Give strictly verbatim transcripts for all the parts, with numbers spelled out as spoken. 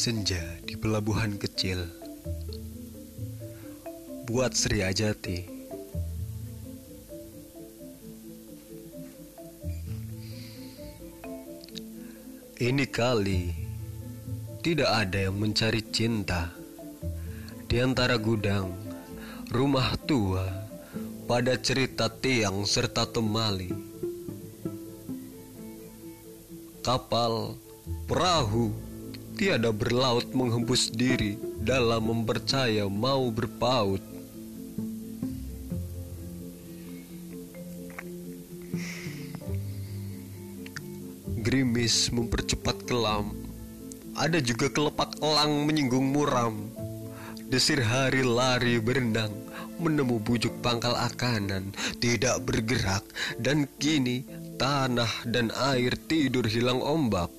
Senja di pelabuhan kecil. Buat Sri Ajati. Ini kali tidak ada yang mencari cinta di antara gudang, rumah tua, pada cerita tiang serta temali. Kapal, perahu, tiada berlaut menghembus diri dalam mempercaya mau berpaut. Gerimis mempercepat kelam, ada juga kelepak elang menyinggung muram. Desir hari lari berenang, menemu bujuk pangkal akanan, tidak bergerak, dan kini tanah dan air tidur hilang ombak.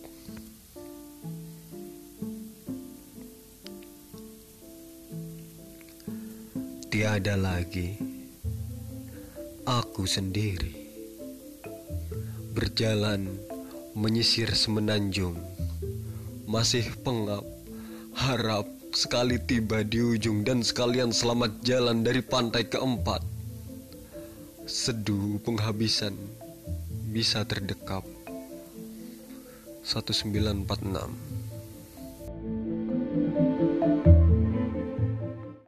Tiada lagi aku sendiri berjalan menyisir semenanjung, masih pengap, harap sekali tiba di ujung dan sekalian selamat jalan dari pantai keempat. Seduh penghabisan bisa terdekap. Seribu sembilan ratus empat puluh enam